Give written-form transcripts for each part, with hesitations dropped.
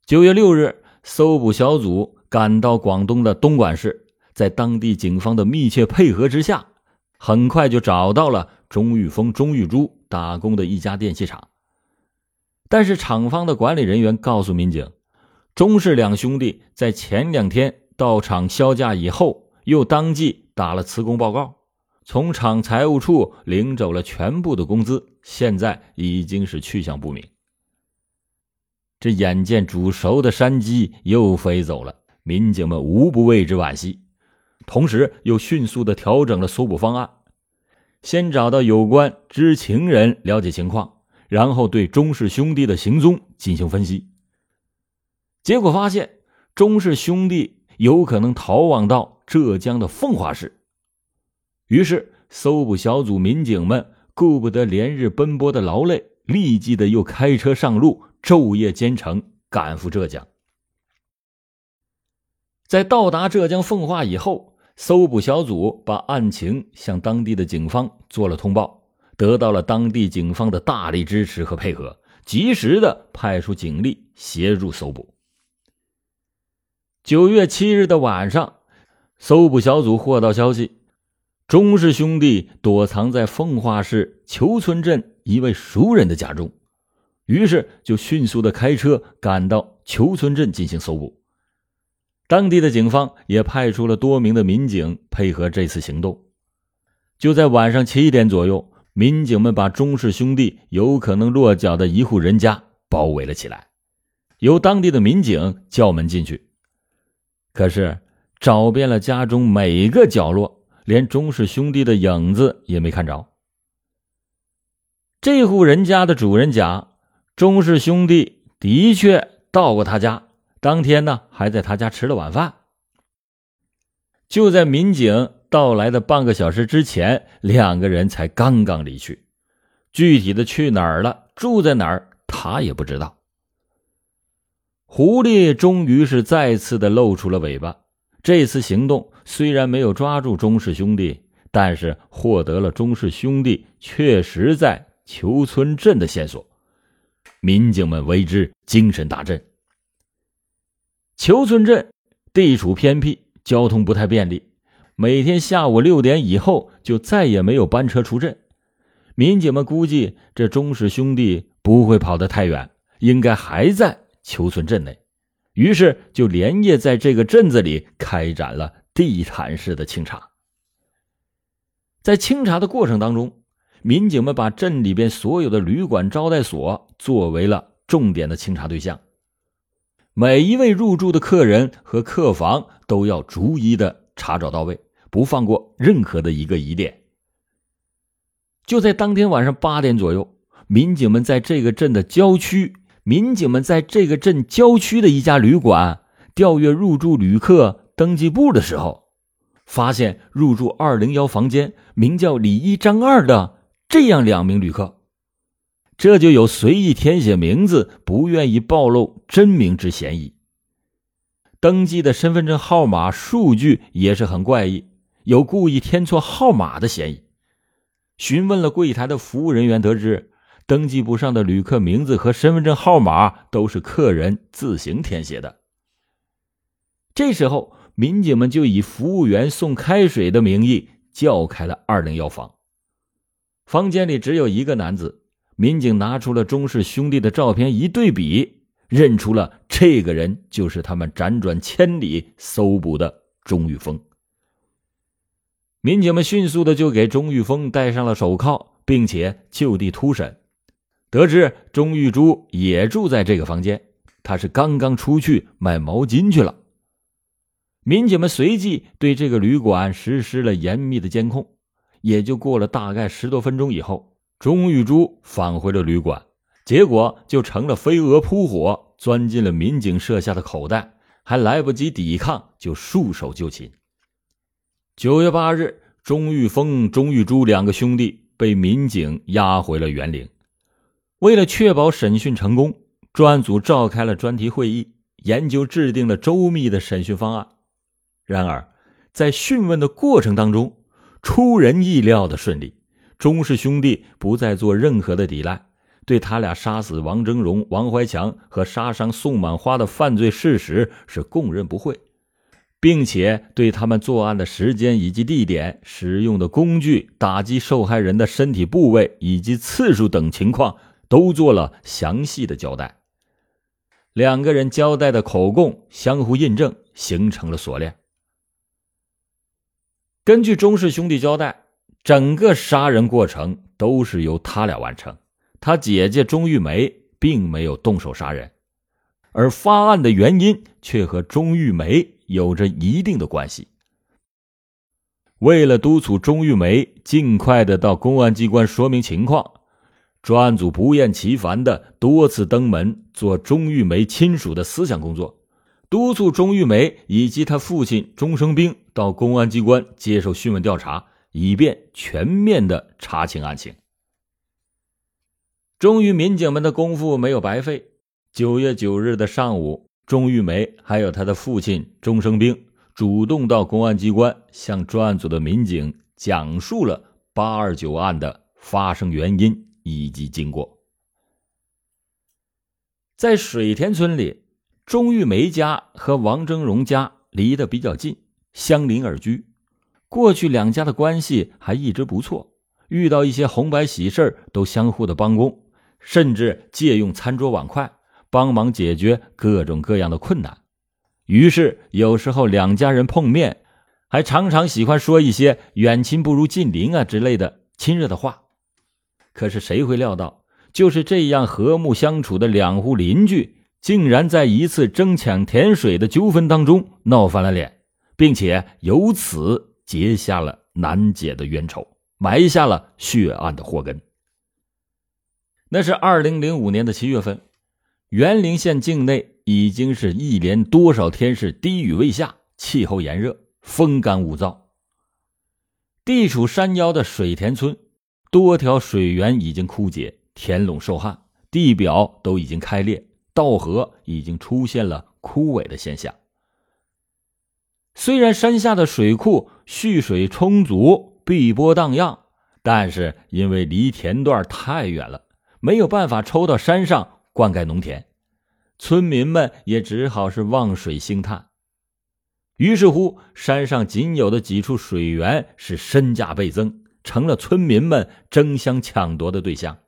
9月6日，搜捕小组赶到广东的东莞市，在当地警方的密切配合之下，很快就找到了钟玉峰、钟玉珠打工的一家电器厂。但是厂方的管理人员告诉民警，钟氏两兄弟在前2天到厂销假以后，又当即打了辞工报告，从厂财务处领走了全部的工资，现在已经是去向不明。这眼见煮熟的山鸡又飞走了，民警们无不为之惋惜，同时又迅速地调整了搜捕方案，先找到有关知情人了解情况，然后对钟氏兄弟的行踪进行分析。结果发现钟氏兄弟有可能逃往到浙江的奉化市，于是搜捕小组民警们顾不得连日奔波的劳累，立即的又开车上路，昼夜兼程赶赴浙江。在到达浙江奉化以后，搜捕小组把案情向当地的警方做了通报，得到了当地警方的大力支持和配合，及时的派出警力协助搜捕。9月7日的晚上，搜捕小组获到消息，钟氏兄弟躲藏在奉化市虬村镇一位熟人的家中，于是就迅速的开车赶到虬村镇进行搜捕。当地的警方也派出了多名的民警配合这次行动。就在晚上7点左右，民警们把钟氏兄弟有可能落脚的一户人家包围了起来，由当地的民警叫门进去。可是找遍了家中每个角落，连钟氏兄弟的影子也没看着。这户人家的主人讲，钟氏兄弟的确到过他家，当天呢还在他家吃了晚饭。就在民警到来的半个小时之前，2个人才刚刚离去，具体的去哪儿了，住在哪儿，他也不知道。狐狸终于是再次的露出了尾巴，这次行动虽然没有抓住钟氏兄弟，但是获得了钟氏兄弟确实在虬村镇的线索，民警们为之精神大振。虬村镇地处偏僻，交通不太便利，每天下午6点以后就再也没有班车出镇。民警们估计这钟氏兄弟不会跑得太远，应该还在虬村镇内，于是就连夜在这个镇子里开展了地毯式的清查。在清查的过程当中，民警们把镇里边所有的旅馆招待所作为了重点的清查对象，每一位入住的客人和客房都要逐一的查找到位，不放过任何的一个疑点。就在当天晚上8点左右，民警们在这个镇郊区的一家旅馆调阅入住旅客登记簿的时候，发现入住201房间名叫李一张二的这样2名旅客，这就有随意填写名字不愿意暴露真名之嫌疑。登记的身份证号码数据也是很怪异，有故意填错号码的嫌疑。询问了柜台的服务人员得知，登记簿上的旅客名字和身份证号码都是客人自行填写的。这时候民警们就以服务员送开水的名义叫开了201房。房间里只有一个男子，民警拿出了钟氏兄弟的照片一对比，认出了这个人就是他们辗转千里搜捕的钟玉峰。民警们迅速的就给钟玉峰戴上了手铐，并且就地突审，得知钟玉珠也住在这个房间，他是刚刚出去买毛巾去了。民警们随即对这个旅馆实施了严密的监控，也就过了大概10多分钟以后，钟玉珠返回了旅馆，结果就成了飞蛾扑火，钻进了民警设下的口袋，还来不及抵抗就束手就擒。9月8日，钟玉峰、钟玉珠2个兄弟被民警押回了园陵。为了确保审讯成功，专案组召开了专题会议，研究制定了周密的审讯方案。然而在讯问的过程当中，出人意料的顺利，钟氏兄弟不再做任何的抵赖， 对他俩杀死王峥嵘、王怀强和杀伤宋满花的犯罪事实是供认不讳，并且对他们作案的时间以及地点、使用的工具、打击受害人的身体部位以及次数等情况都做了详细的交代。两个人交代的口供相互印证，形成了锁链。根据钟氏兄弟交代，整个杀人过程都是由他俩完成，他姐姐钟玉梅并没有动手杀人，而发案的原因却和钟玉梅有着一定的关系。为了督促钟玉梅尽快的到公安机关说明情况，专案组不厌其烦的多次登门做钟玉梅亲属的思想工作，督促钟玉梅以及他父亲钟生兵到公安机关接受讯问调查，以便全面的查清案情。终于民警们的功夫没有白费。9月9日的上午，钟玉梅还有他的父亲钟生兵主动到公安机关向专案组的民警讲述了829案的发生原因以及经过。在水田村里，钟玉梅家和王峥嵘家离得比较近，相邻而居。过去两家的关系还一直不错，遇到一些红白喜事都相互的帮工，甚至借用餐桌碗筷帮忙解决各种各样的困难。于是有时候两家人碰面，还常常喜欢说一些远亲不如近邻啊之类的亲热的话。可是谁会料到，就是这样和睦相处的两户邻居，竟然在一次争抢田水的纠纷当中闹翻了脸，并且由此结下了难解的冤仇，埋下了血案的祸根。那是2005年的7月份，沅陵县境内已经是一连多少天是低雨未下，气候炎热，风干物燥。地处山腰的水田村，多条水源已经枯竭，田垄受旱，地表都已经开裂，稻禾已经出现了枯萎的现象。虽然山下的水库蓄水充足，碧波荡漾，但是因为离田段太远了，没有办法抽到山上灌溉农田，村民们也只好是望水兴叹。于是乎，山上仅有的几处水源是身价倍增，成了村民们争相抢夺的对象。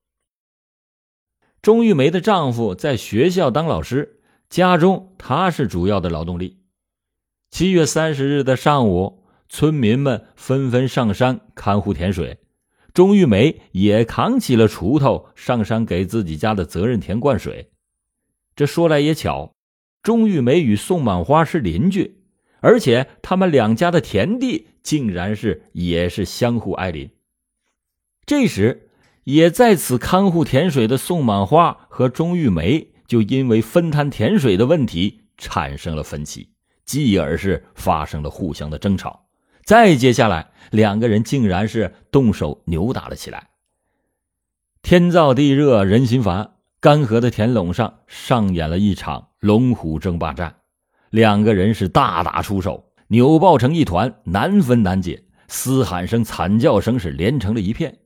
钟玉梅的丈夫在学校当老师，家中他是主要的劳动力。7月30日的上午，村民们纷纷上山看护田水，钟玉梅也扛起了锄头上山给自己家的责任田灌水。这说来也巧，钟玉梅与宋满花是邻居，而且他们两家的田地竟然也是相互挨邻。这时也在此看护田水的宋满花和钟玉梅就因为分摊田水的问题产生了分歧，继而是发生了互相的争吵。再接下来，两个人竟然是动手扭打了起来。天燥地热人心烦，干涸的田垄上上演了一场龙虎争霸战，两个人是大打出手，扭抱成一团，难分难解，嘶喊声惨叫声是连成了一片。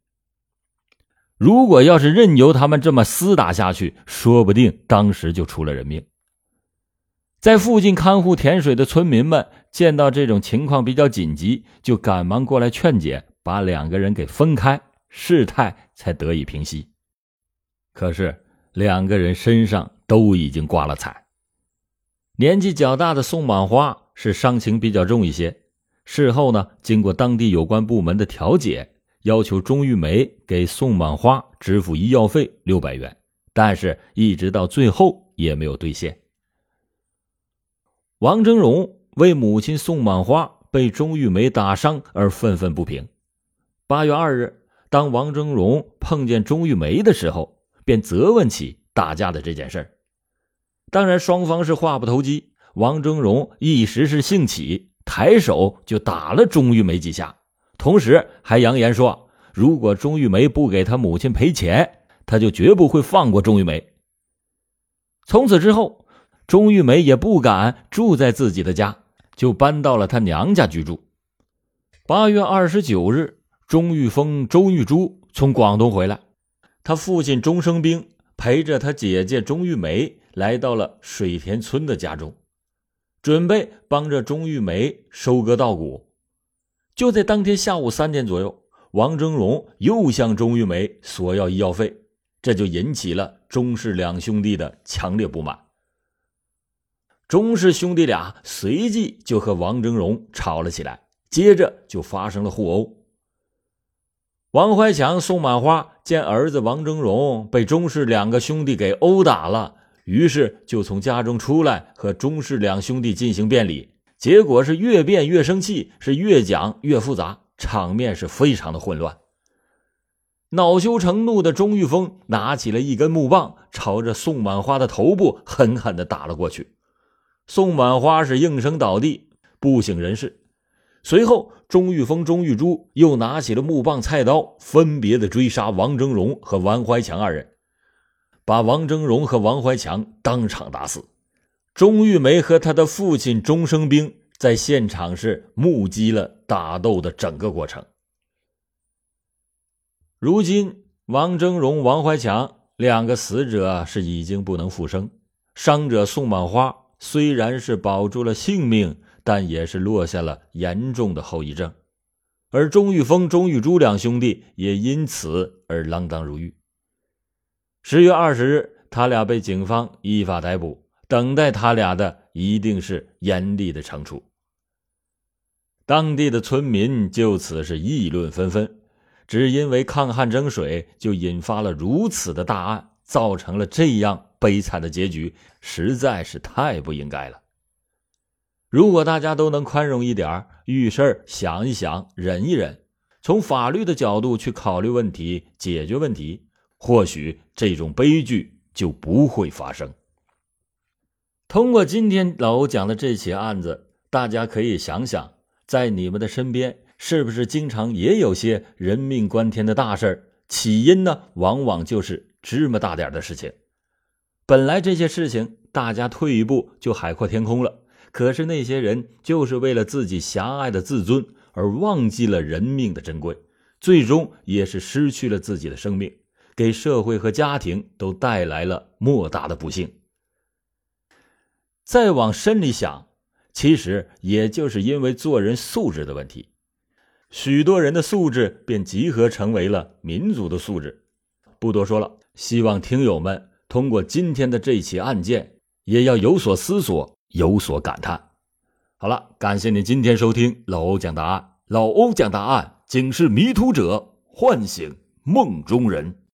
如果要是任由他们这么厮打下去，说不定当时就出了人命。在附近看护田水的村民们见到这种情况比较紧急，就赶忙过来劝解，把两个人给分开，事态才得以平息。可是两个人身上都已经挂了彩。年纪较大的宋满花是伤情比较重一些，事后呢，经过当地有关部门的调解，要求钟玉梅给宋满花支付医药费600元，但是一直到最后也没有兑现。王峥嵘为母亲宋满花被钟玉梅打伤而愤愤不平。8月2日，当王峥嵘碰见钟玉梅的时候，便责问起打架的这件事。当然双方是话不投机，王峥嵘一时是兴起，抬手就打了钟玉梅几下，同时还扬言说，如果钟玉梅不给他母亲赔钱，他就绝不会放过钟玉梅。从此之后，钟玉梅也不敢住在自己的家，就搬到了她娘家居住。8月29日，钟玉峰、周玉珠从广东回来， 他父亲钟生兵陪着他姐姐钟玉梅来到了水田村的家中，准备帮着钟玉梅收割稻谷。就在当天下午3点左右，王峥嵘又向钟玉梅索要医药费，这就引起了钟氏两兄弟的强烈不满。钟氏兄弟俩随即就和王峥嵘吵了起来，接着就发生了互殴。王怀强、宋满花见儿子王峥嵘被钟氏2个兄弟给殴打了，于是就从家中出来和钟氏2兄弟进行辩理，结果是越辩越生气，是越讲越复杂，场面是非常的混乱。恼羞成怒的钟玉峰拿起了一根木棒，朝着宋满花的头部狠狠地打了过去。宋满花是应声倒地，不省人事。随后钟玉峰、钟玉珠又拿起了木棒、菜刀，分别的追杀王峥嵘和王怀强2人，把王峥嵘和王怀强当场打死。钟玉梅和他的父亲钟生兵在现场是目击了打斗的整个过程。如今王峥嵘、王怀强2个死者是已经不能复生，伤者宋满花虽然是保住了性命，但也是落下了严重的后遗症，而钟玉峰、钟玉珠2兄弟也因此而锒铛入狱。10月20日，他俩被警方依法逮捕，等待他俩的一定是严厉的惩处。当地的村民就此是议论纷纷，只因为抗旱征水就引发了如此的大案，造成了这样悲惨的结局，实在是太不应该了。如果大家都能宽容一点，遇事想一想，忍一忍，从法律的角度去考虑问题，解决问题，或许这种悲剧就不会发生。通过今天老欧讲的这起案子，大家可以想想，在你们的身边是不是经常也有些人命关天的大事，起因呢往往就是芝麻大点的事情。本来这些事情大家退一步就海阔天空了，可是那些人就是为了自己狭隘的自尊而忘记了人命的珍贵，最终也是失去了自己的生命，给社会和家庭都带来了莫大的不幸。再往深里想，其实也就是因为做人素质的问题，许多人的素质便集合成为了民族的素质。不多说了，希望听友们通过今天的这起案件也要有所思索，有所感叹。好了，感谢您今天收听老欧讲答案。老欧讲答案，警示迷途者，唤醒梦中人。